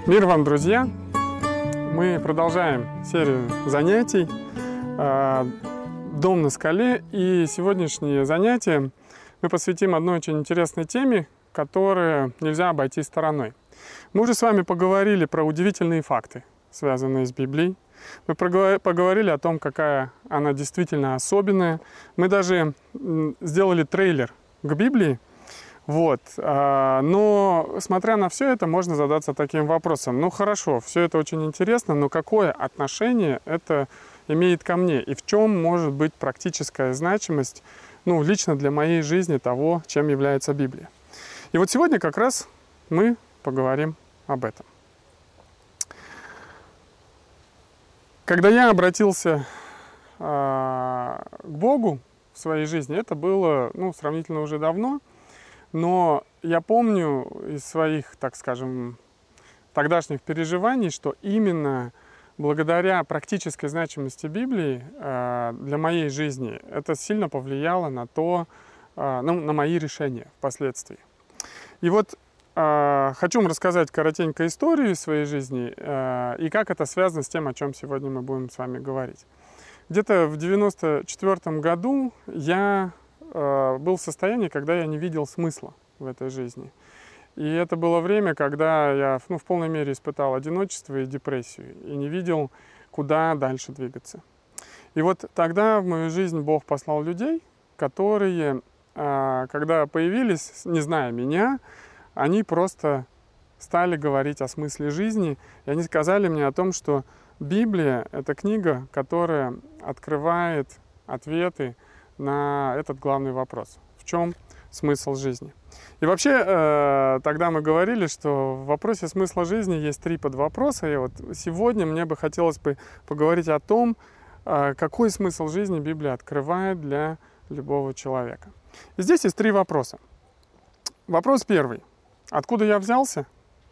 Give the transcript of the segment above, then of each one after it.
Мир вам, друзья! Мы продолжаем серию занятий «Дом на скале», и сегодняшнее занятие мы посвятим одной очень интересной теме, которую нельзя обойти стороной. Мы уже с вами поговорили про удивительные факты, связанные с Библией. Мы поговорили о том, какая она действительно особенная. Мы даже сделали трейлер к Библии. Но, смотря на все это, можно задаться таким вопросом. Ну хорошо, все это очень интересно, но какое отношение это имеет ко мне? И в чем может быть практическая значимость, лично для моей жизни того, чем является Библия? И вот сегодня как раз мы поговорим об этом. Когда я обратился к Богу в своей жизни, это было сравнительно уже давно. Но я помню из своих, так скажем, тогдашних переживаний, что именно благодаря практической значимости Библии для моей жизни это сильно повлияло на на мои решения впоследствии. И вот хочу вам рассказать коротенько историю из своей жизни и как это связано с тем, о чем сегодня мы будем с вами говорить. Где-то в 1994 году я был в состоянии, когда я не видел смысла в этой жизни. И это было время, когда я в полной мере испытал одиночество и депрессию, и не видел, куда дальше двигаться. И вот тогда в мою жизнь Бог послал людей, которые, когда появились, не зная меня, они просто стали говорить о смысле жизни, и они сказали мне о том, что Библия — это книга, которая открывает ответы на этот главный вопрос. В чем смысл жизни? И вообще, тогда мы говорили, что в вопросе смысла жизни есть 3 подвопроса. И вот сегодня мне бы хотелось поговорить о том, какой смысл жизни Библия открывает для любого человека. И здесь есть 3 вопроса. Вопрос первый. Откуда я взялся?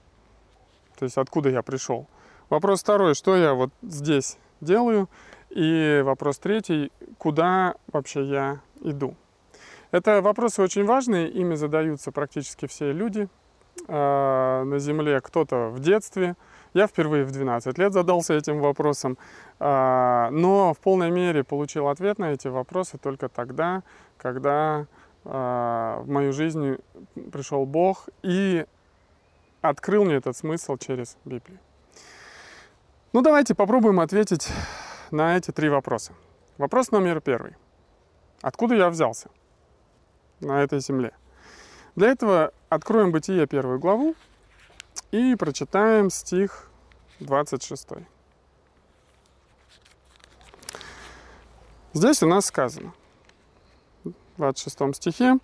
То есть, откуда я пришел? Вопрос второй. Что я вот здесь делаю? И вопрос третий, куда вообще я иду? Это вопросы очень важные, ими задаются практически все люди на Земле, кто-то в детстве. Я впервые в 12 лет задался этим вопросом, но в полной мере получил ответ на эти вопросы только тогда, когда в мою жизнь пришел Бог и открыл мне этот смысл через Библию. Давайте попробуем ответить на эти 3 вопроса. Вопрос номер 1. Откуда я взялся на этой земле? Для этого откроем Бытие 1 главу и прочитаем стих 26. Здесь у нас сказано, в 26 стихе: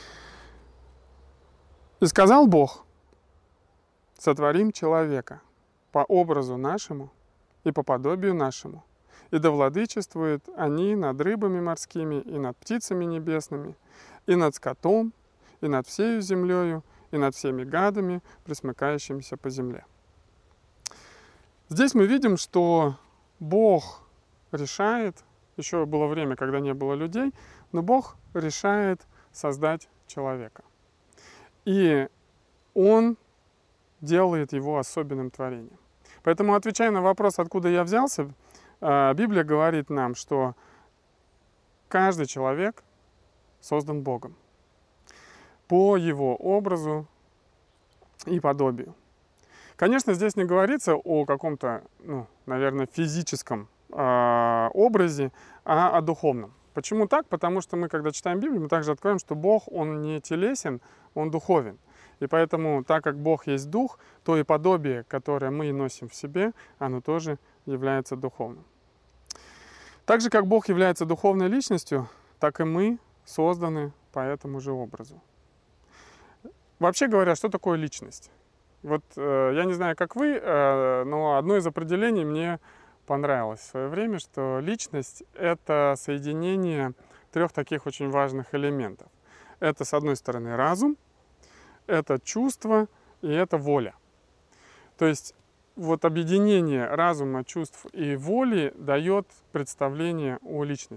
«И сказал Бог: сотворим человека по образу нашему и по подобию нашему, и да владычествуют они над рыбами морскими, и над птицами небесными, и над скотом, и над всею землею, и над всеми гадами, пресмыкающимися по земле». Здесь мы видим, что Бог решает, еще было время, когда не было людей, но Бог решает создать человека. И Он делает его особенным творением. Поэтому, отвечая на вопрос, откуда я взялся, Библия говорит нам, что каждый человек создан Богом по Его образу и подобию. Конечно, здесь не говорится о каком-то, наверное, физическом образе, а о духовном. Почему так? Потому что мы, когда читаем Библию, мы также откроем, что Бог, Он не телесен, Он духовен. И поэтому, так как Бог есть Дух, то и подобие, которое мы носим в себе, оно тоже является духовным. Так же, как Бог является духовной личностью, так и мы созданы по этому же образу. Вообще говоря, что такое личность? Вот я не знаю, как вы, но одно из определений мне понравилось в свое время, что личность — это соединение 3 таких очень важных элементов. Это, с одной стороны, разум, это чувство и это воля. То есть вот объединение разума, чувств и воли дает представление о личности.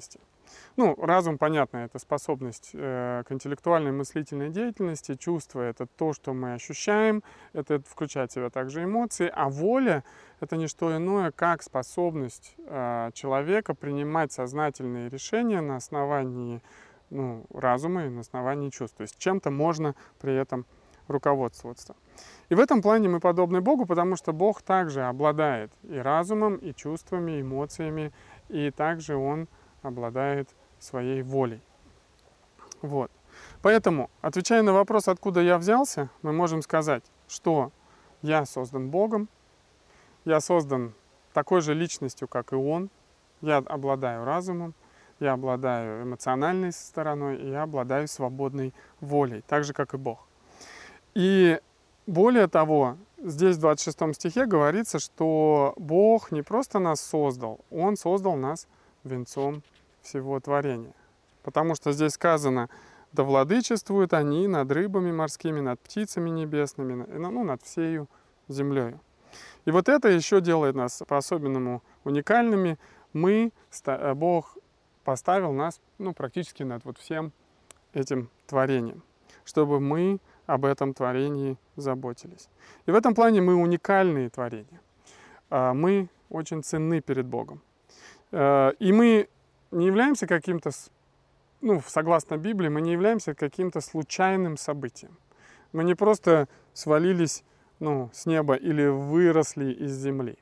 Ну, разум, понятно, это способность к интеллектуальной мыслительной деятельности, чувство — это то, что мы ощущаем, это включает в себя также эмоции, а воля — это не что иное, как способность человека принимать сознательные решения на основании разума и на основании чувств. То есть чем-то можно при этом руководствоваться. И в этом плане мы подобны Богу, потому что Бог также обладает и разумом, и чувствами, и эмоциями, и также Он обладает своей волей. Вот. Поэтому, отвечая на вопрос, откуда я взялся, мы можем сказать, что я создан Богом, я создан такой же личностью, как и Он, я обладаю разумом, я обладаю эмоциональной стороной, и я обладаю свободной волей, так же, как и Бог. И более того, здесь в 26 стихе говорится, что Бог не просто нас создал, Он создал нас венцом всего творения. Потому что здесь сказано: «Да владычествуют они над рыбами морскими, над птицами небесными, над всею землею». И вот это еще делает нас по-особенному уникальными. Бог поставил нас практически над вот всем этим творением, чтобы мы об этом творении заботились. И в этом плане мы уникальные творения. Мы очень ценны перед Богом. И мы не являемся каким-то, согласно Библии, мы не являемся каким-то случайным событием. Мы не просто свалились с неба или выросли из земли.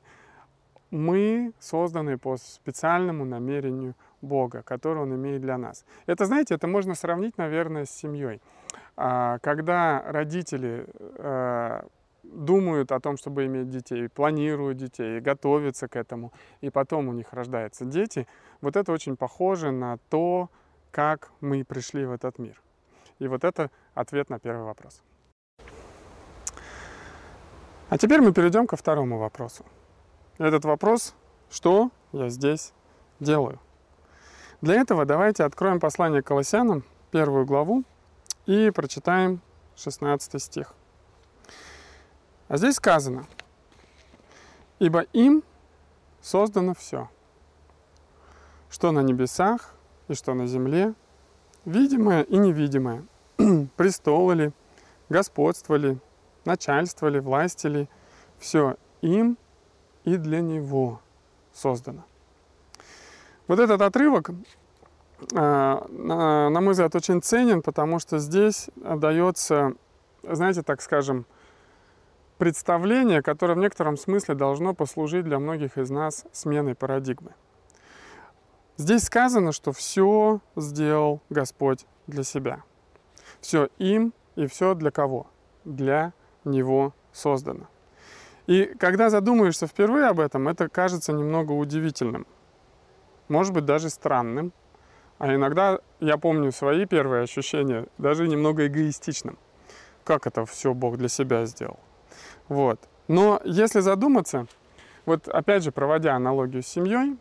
Мы созданы по специальному намерению Бога, которое Он имеет для нас. Это, знаете, это можно сравнить, наверное, с семьей. Когда родители думают о том, чтобы иметь детей, планируют детей, готовятся к этому, и потом у них рождаются дети, вот это очень похоже на то, как мы пришли в этот мир. И вот это ответ на первый вопрос. А теперь мы перейдем ко второму вопросу. Этот вопрос: что я здесь делаю? Для этого давайте откроем послание к Колоссянам, 1 главу, и прочитаем 16 стих. А здесь сказано: «Ибо им создано все, что на небесах и что на земле, видимое и невидимое, престолы ли, господство ли, начальство ли, власти ли, все им и для Него создано». Вот этот отрывок, на мой взгляд, очень ценен, потому что здесь дается, знаете, так скажем, представление, которое в некотором смысле должно послужить для многих из нас сменой парадигмы. Здесь сказано, что все сделал Господь для себя. Все им и все для кого? Для Него создано. И когда задумаешься впервые об этом, это кажется немного удивительным. Может быть, даже странным. А иногда, я помню свои первые ощущения, даже немного эгоистичным. Как это все Бог для себя сделал? Вот. Но если задуматься, вот опять же, проводя аналогию с семьей,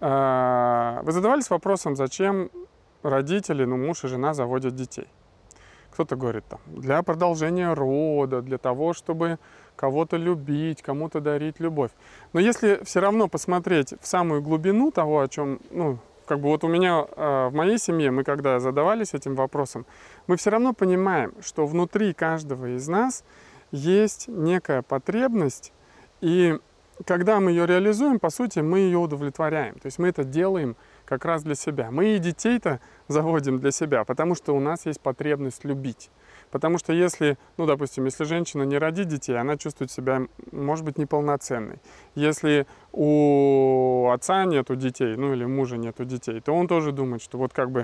вы задавались вопросом, зачем родители, муж и жена заводят детей? Кто-то говорит, для продолжения рода, для того, чтобы кого-то любить, кому-то дарить любовь. Но если все равно посмотреть в самую глубину того, о чем, вот у меня, в моей семье, мы когда задавались этим вопросом, мы все равно понимаем, что внутри каждого из нас есть некая потребность, и когда мы ее реализуем, по сути, мы ее удовлетворяем. То есть мы это делаем как раз для себя. Мы и детей-то заводим для себя, потому что у нас есть потребность любить. Потому что если, допустим, если женщина не родит детей, она чувствует себя, может быть, неполноценной. Если у отца нету детей, или мужа нету детей, то он тоже думает, что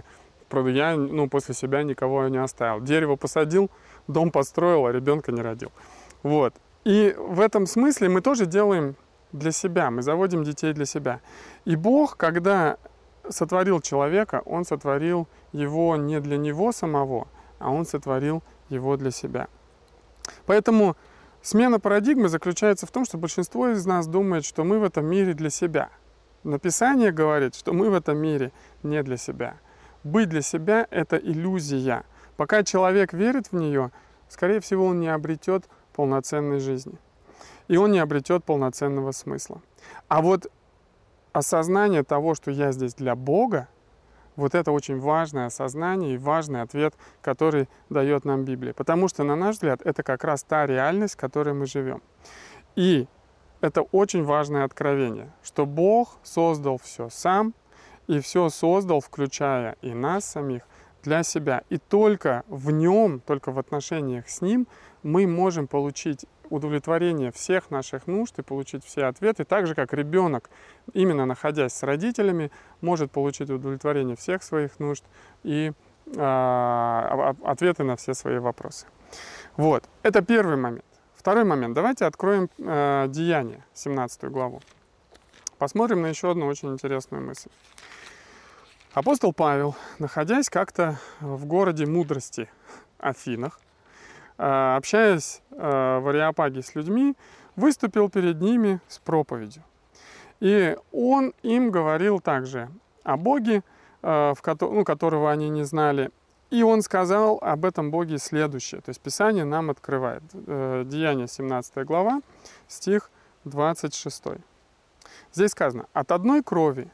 я после себя никого не оставил. Дерево посадил, дом построил, а ребенка не родил. Вот. И в этом смысле мы тоже делаем для себя, мы заводим детей для себя. И Бог, когда сотворил человека, Он сотворил его не для него самого, а Он сотворил его для себя. Поэтому смена парадигмы заключается в том, что большинство из нас думает, что мы в этом мире для себя. Но Писание говорит, что мы в этом мире не для себя. Быть для себя — это иллюзия. Пока человек верит в нее, скорее всего, он не обретет полноценной жизни. И он не обретет полноценного смысла. А вот осознание того, что я здесь для Бога, Вот это очень важное осознание и важный ответ, который дает нам Библия. Потому что, на наш взгляд, это как раз та реальность, в которой мы живем. И это очень важное откровение, что Бог создал все сам, и все создал, включая и нас самих, для себя. И только в Нем, только в отношениях с Ним мы можем получить удовлетворение всех наших нужд и получить все ответы, так же, как ребенок, именно находясь с родителями, может получить удовлетворение всех своих нужд и ответы на все свои вопросы. Вот, это первый момент. Второй момент. Давайте откроем Деяния, 17 главу. Посмотрим на еще одну очень интересную мысль. Апостол Павел, находясь как-то в городе мудрости Афинах, общаясь в Ареопаге с людьми, выступил перед ними с проповедью. И он им говорил также о Боге, которого они не знали. И он сказал об этом Боге следующее. То есть Писание нам открывает. Деяния, 17 глава, стих 26. Здесь сказано: «От одной крови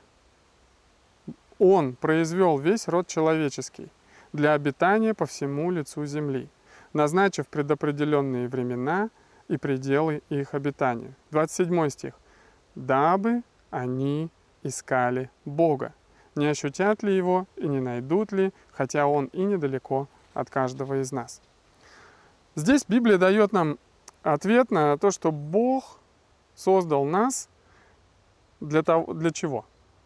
Он произвел весь род человеческий для обитания по всему лицу земли, назначив предопределенные времена и пределы их обитания». 27 стих. «Дабы они искали Бога, не ощутят ли Его и не найдут ли, хотя Он и недалеко от каждого из нас». Здесь Библия дает нам ответ на то, что Бог создал нас для чего?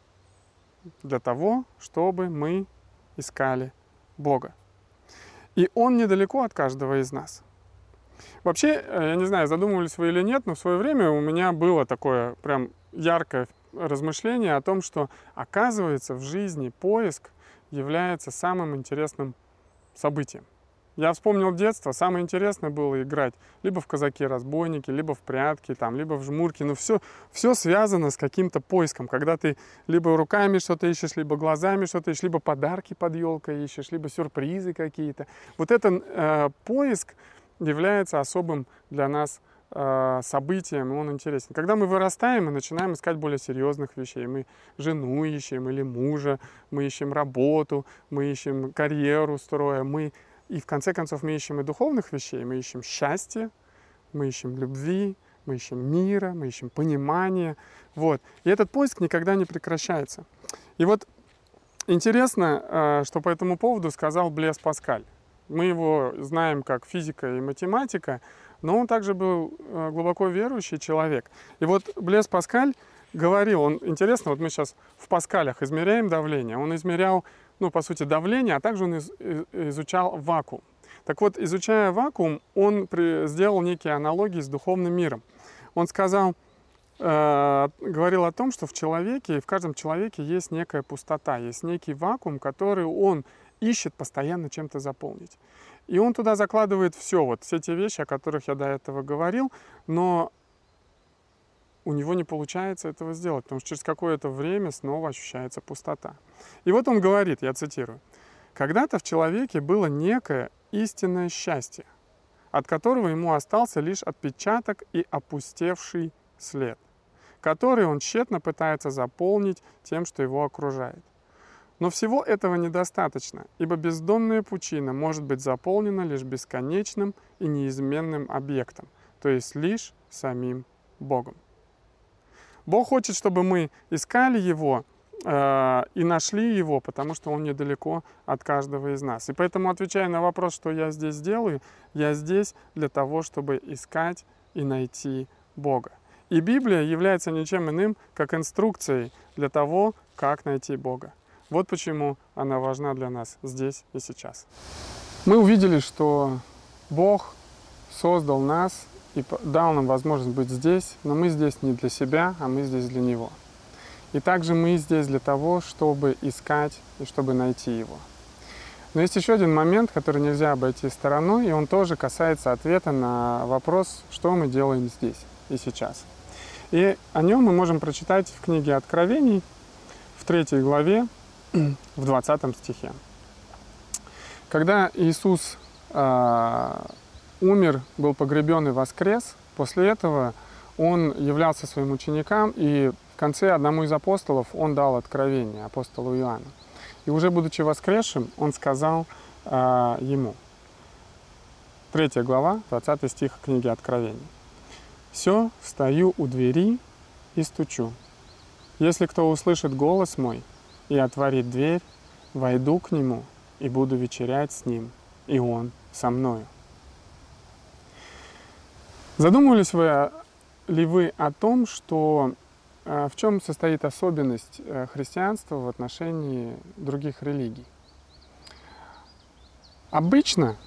Для того, чтобы мы искали Бога. И Он недалеко от каждого из нас. Вообще, я не знаю, задумывались вы или нет, но в свое время у меня было такое прям яркое размышление о том, что, оказывается, в жизни поиск является самым интересным событием. Я вспомнил детство, самое интересное было играть либо в казаки-разбойники, либо в прятки, либо в жмурки. Но все связано с каким-то поиском, когда ты либо руками что-то ищешь, либо глазами что-то ищешь, либо подарки под елкой ищешь, либо сюрпризы какие-то. Вот этот поиск является особым для нас событием, и он интересен. Когда мы вырастаем, мы начинаем искать более серьезных вещей. Мы жену ищем или мужа, мы ищем работу, мы ищем карьеру строим, и в конце концов мы ищем и духовных вещей, мы ищем счастья, мы ищем любви, мы ищем мира, мы ищем понимания. Вот. И этот поиск никогда не прекращается. И вот интересно, что по этому поводу сказал Блес Паскаль. Мы его знаем как физика и математика, но он также был глубоко верующий человек. И вот Блес Паскаль говорил, интересно, вот мы сейчас в паскалях измеряем давление, он измерял, по сути, давление, а также он изучал вакуум. Так вот, изучая вакуум, он сделал некие аналогии с духовным миром. Он говорил о том, что в человеке, в каждом человеке есть некая пустота, есть некий вакуум, который он ищет постоянно чем-то заполнить. И он туда закладывает все те вещи, о которых я до этого говорил, но у него не получается этого сделать, потому что через какое-то время снова ощущается пустота. И вот он говорит, я цитирую: «Когда-то в человеке было некое истинное счастье, от которого ему остался лишь отпечаток и опустевший след, который он тщетно пытается заполнить тем, что его окружает. Но всего этого недостаточно, ибо бездонная пучина может быть заполнена лишь бесконечным и неизменным объектом, то есть лишь самим Богом». Бог хочет, чтобы мы искали Его и нашли Его, потому что Он недалеко от каждого из нас. И поэтому, отвечая на вопрос, что я здесь делаю, я здесь для того, чтобы искать и найти Бога. И Библия является ничем иным, как инструкцией для того, как найти Бога. Вот почему она важна для нас здесь и сейчас. Мы увидели, что Бог создал нас и дал нам возможность быть здесь, но мы здесь не для себя, а мы здесь для Него. И также мы здесь для того, чтобы искать и чтобы найти Его. Но есть еще один момент, который нельзя обойти стороной, и он тоже касается ответа на вопрос, что мы делаем здесь и сейчас. И о нем мы можем прочитать в книге Откровений, в 3 главе, в 20 стихе. Когда Иисус умер, был погребен и воскрес, после этого Он являлся своим ученикам, и в конце одному из апостолов Он дал откровение, апостолу Иоанну. И уже будучи воскресшим, он сказал ему, 3 глава, 20 стих книги Откровений. «Все, стою у двери и стучу. Если кто услышит голос мой и отворит дверь, войду к нему и буду вечерять с ним, и он со мною». Задумывались ли вы о том, что в чем состоит особенность христианства в отношении других религий? Обычно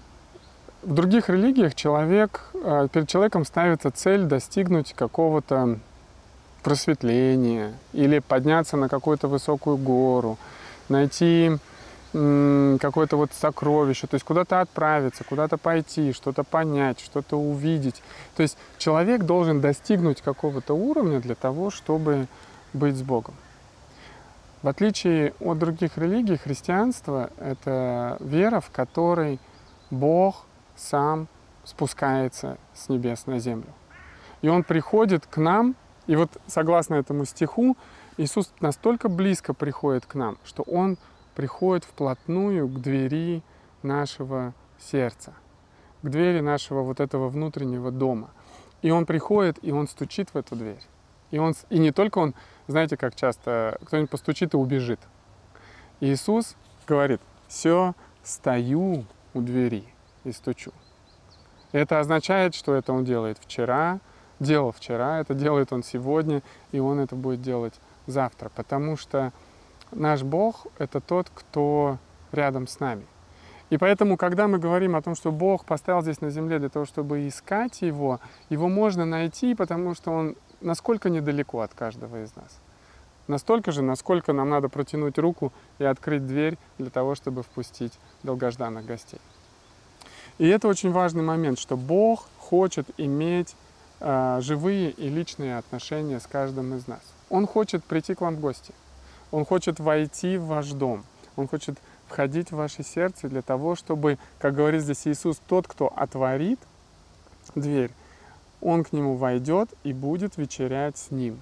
в других религиях перед человеком ставится цель достигнуть какого-то просветления или подняться на какую-то высокую гору, найти какое-то вот сокровище, то есть куда-то отправиться, куда-то пойти, что-то понять, что-то увидеть. То есть человек должен достигнуть какого-то уровня для того, чтобы быть с Богом. В отличие от других религий, христианство — это вера, в которой Бог сам спускается с небес на землю. И Он приходит к нам, и вот согласно этому стиху, Иисус настолько близко приходит к нам, что Он приходит вплотную к двери нашего сердца, к двери нашего вот этого внутреннего дома. И Он приходит, и Он стучит в эту дверь. И не только Он, знаете, как часто кто-нибудь постучит и убежит. Иисус говорит: «Все, стою у двери и стучу». Это означает, что это Он делал вчера, это делает Он сегодня, и Он это будет делать завтра, потому что наш Бог — это тот, кто рядом с нами. И поэтому, когда мы говорим о том, что Бог поставил здесь на земле для того, чтобы искать Его можно найти, потому что Он насколько недалеко от каждого из нас. Настолько же, насколько нам надо протянуть руку и открыть дверь для того, чтобы впустить долгожданных гостей. И это очень важный момент, что Бог хочет иметь живые и личные отношения с каждым из нас. Он хочет прийти к вам в гости. Он хочет войти в ваш дом. Он хочет входить в ваше сердце для того, чтобы, как говорит здесь Иисус, тот, кто отворит дверь, Он к нему войдет и будет вечерять с ним.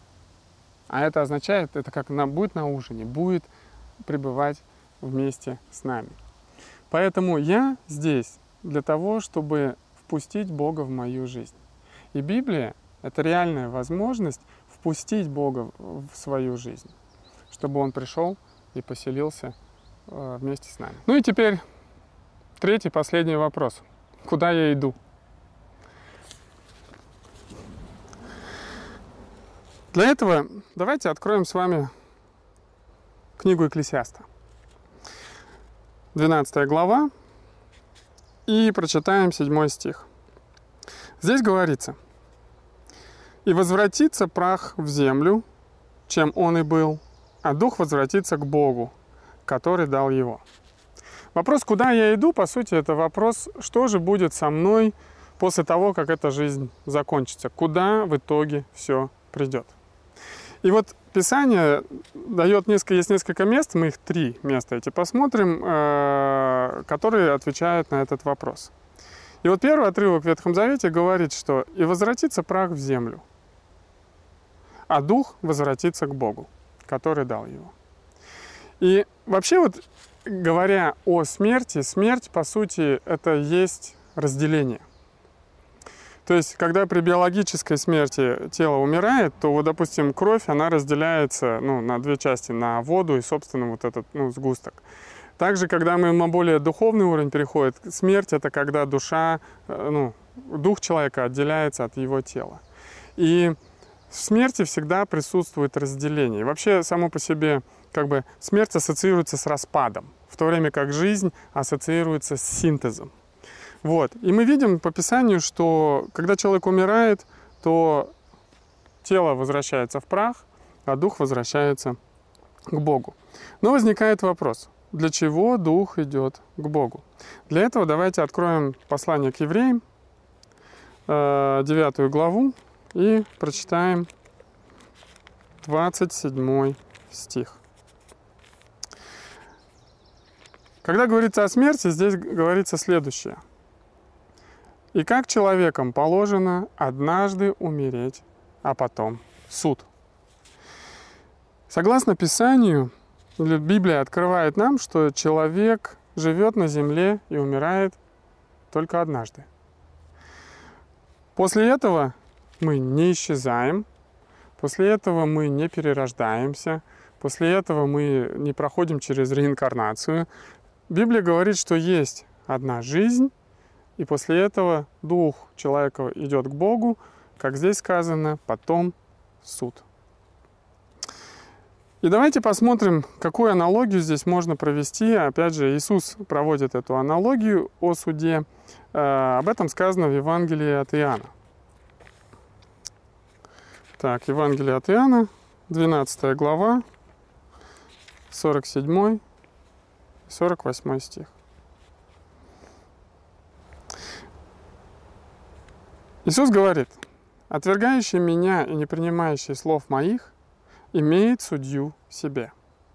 А это означает, это как будет на ужине, будет пребывать вместе с нами. Поэтому я здесь для того, чтобы впустить Бога в мою жизнь. И Библия — это реальная возможность впустить Бога в свою жизнь, чтобы Он пришел и поселился вместе с нами. Ну и теперь третий, последний вопрос. Куда я иду? Для этого давайте откроем с вами книгу Экклесиаста, 12 глава, и прочитаем 7 стих. Здесь говорится: «И возвратится прах в землю, чем он и был, а дух возвратится к Богу, который дал его». Вопрос, куда я иду, по сути, это вопрос, что же будет со мной после того, как эта жизнь закончится, куда в итоге все придет. И вот Писание дает есть несколько мест, мы их 3 места эти посмотрим, которые отвечают на этот вопрос. И вот первый отрывок в Ветхом Завете говорит, что «и возвратится прах в землю, а дух возвратится к Богу, который дал его». И вообще вот говоря о смерти, смерть, по сути, это есть разделение. То есть, когда при биологической смерти тело умирает, то, вот, допустим, кровь, она разделяется на 2 части, на воду и, собственно, вот этот сгусток. Также, когда мы на более духовный уровень переходим, смерть — это когда душа, дух человека отделяется от его тела. И в смерти всегда присутствует разделение. И вообще, само по себе, смерть ассоциируется с распадом, в то время как жизнь ассоциируется с синтезом. Вот. И мы видим по Писанию, что когда человек умирает, то тело возвращается в прах, а дух возвращается к Богу. Но возникает вопрос: для чего дух идет к Богу? Для этого давайте откроем послание к Евреям, 9 главу, и прочитаем 27 стих. Когда говорится о смерти, здесь говорится следующее: «И как человекам положено однажды умереть, а потом суд». Согласно Писанию, Библия открывает нам, что человек живет на земле и умирает только однажды. После этого мы не исчезаем, после этого мы не перерождаемся, после этого мы не проходим через реинкарнацию. Библия говорит, что есть одна жизнь, и после этого дух человека идет к Богу, как здесь сказано, потом суд. И давайте посмотрим, какую аналогию здесь можно провести. Опять же, Иисус проводит эту аналогию о суде. Об этом сказано в Евангелии от Иоанна. Так, Евангелие от Иоанна, 12 глава, 47 и 48 стих. Иисус говорит: «Отвергающий меня и не принимающий слов моих имеет судью в себе».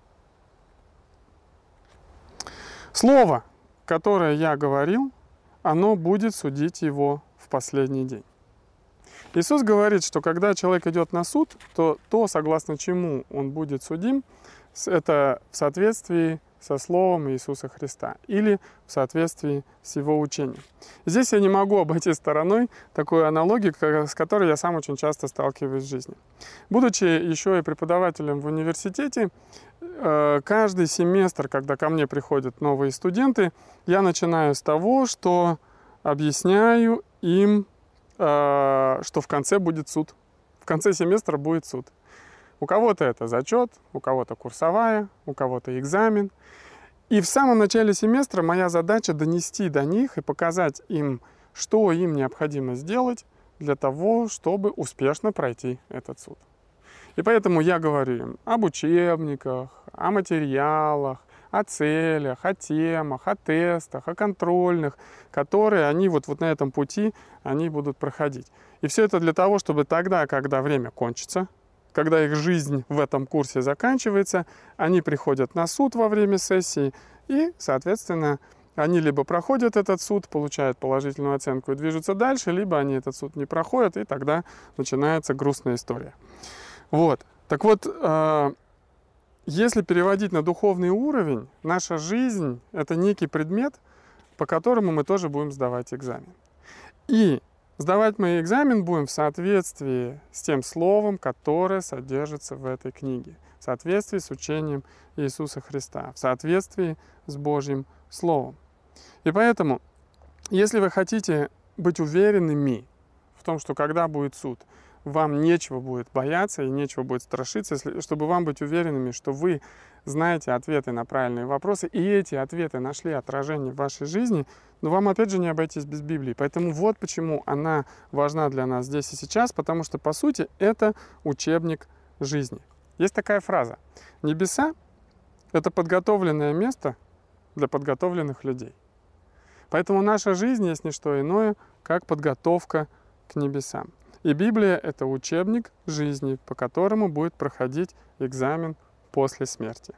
Слово, которое я говорил, оно будет судить его в последний день. Иисус говорит, что когда человек идет на суд, то согласно чему он будет судим, это в соответствии со Словом Иисуса Христа или в соответствии с Его учением. Здесь я не могу обойти стороной такую аналогию, с которой я сам очень часто сталкиваюсь в жизни. Будучи еще и преподавателем в университете, каждый семестр, когда ко мне приходят новые студенты, я начинаю с того, что объясняю им, что в конце будет суд. В конце семестра будет суд. У кого-то это зачет, у кого-то курсовая, у кого-то экзамен. И в самом начале семестра моя задача донести до них и показать им, что им необходимо сделать для того, чтобы успешно пройти этот суд. И поэтому я говорю им об учебниках, о материалах, о целях, о темах, о тестах, о контрольных, которые они вот на этом пути они будут проходить. И все это для того, чтобы тогда, когда время кончится, когда их жизнь в этом курсе заканчивается, они приходят на суд во время сессии, и, соответственно, они либо проходят этот суд, получают положительную оценку и движутся дальше, либо они этот суд не проходят, и тогда начинается грустная история. Вот. Так вот, если переводить на духовный уровень, наша жизнь — это некий предмет, по которому мы тоже будем сдавать экзамен. И сдавать мы экзамен будем в соответствии с тем словом, которое содержится в этой книге, в соответствии с учением Иисуса Христа, в соответствии с Божьим Словом. И поэтому, если вы хотите быть уверенными в том, что когда будет суд, вам нечего будет бояться и нечего будет страшиться, чтобы вам быть уверенными, что вы знаете ответы на правильные вопросы, и эти ответы нашли отражение в вашей жизни, но вам опять же не обойтись без Библии. Поэтому вот почему она важна для нас здесь и сейчас, потому что, по сути, это учебник жизни. Есть такая фраза: «Небеса — это подготовленное место для подготовленных людей». Поэтому наша жизнь есть не что иное, как подготовка к небесам. И Библия — это учебник жизни, по которому будет проходить экзамен после смерти.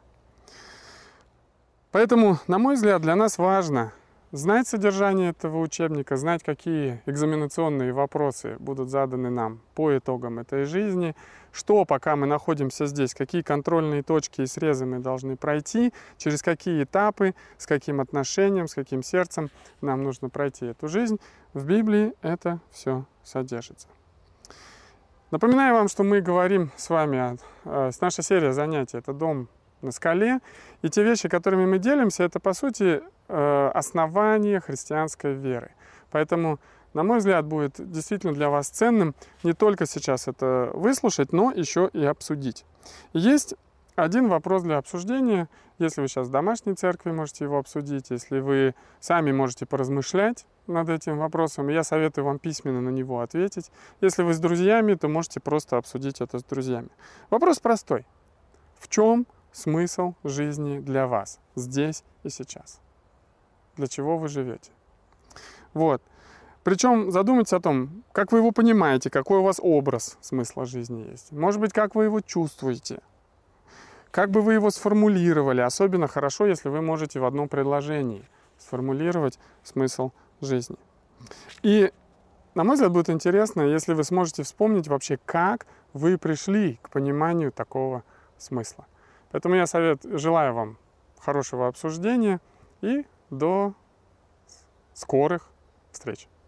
Поэтому, на мой взгляд, для нас важно знать содержание этого учебника, знать, какие экзаменационные вопросы будут заданы нам по итогам этой жизни, что, пока мы находимся здесь, какие контрольные точки и срезы мы должны пройти, через какие этапы, с каким отношением, с каким сердцем нам нужно пройти эту жизнь. В Библии это все содержится. Напоминаю вам, что мы говорим с вами, наша серия занятий — это «Дом на скале», и те вещи, которыми мы делимся, это, по сути, основание христианской веры. Поэтому, на мой взгляд, будет действительно для вас ценным не только сейчас это выслушать, но еще и обсудить. Есть один вопрос для обсуждения. Если вы сейчас в домашней церкви, можете его обсудить. Если вы сами можете поразмышлять над этим вопросом, я советую вам письменно на него ответить. Если вы с друзьями, то можете просто обсудить это с друзьями. Вопрос простой. В чем смысл жизни для вас здесь и сейчас? Для чего вы живете? Вот. Причем задумайтесь о том, как вы его понимаете, какой у вас образ смысла жизни есть. Может быть, как вы его чувствуете. Как бы вы его сформулировали. Особенно хорошо, если вы можете в одном предложении сформулировать смысл жизни. И, на мой взгляд, будет интересно, если вы сможете вспомнить вообще, как вы пришли к пониманию такого смысла. Поэтому я желаю вам хорошего обсуждения и до скорых встреч.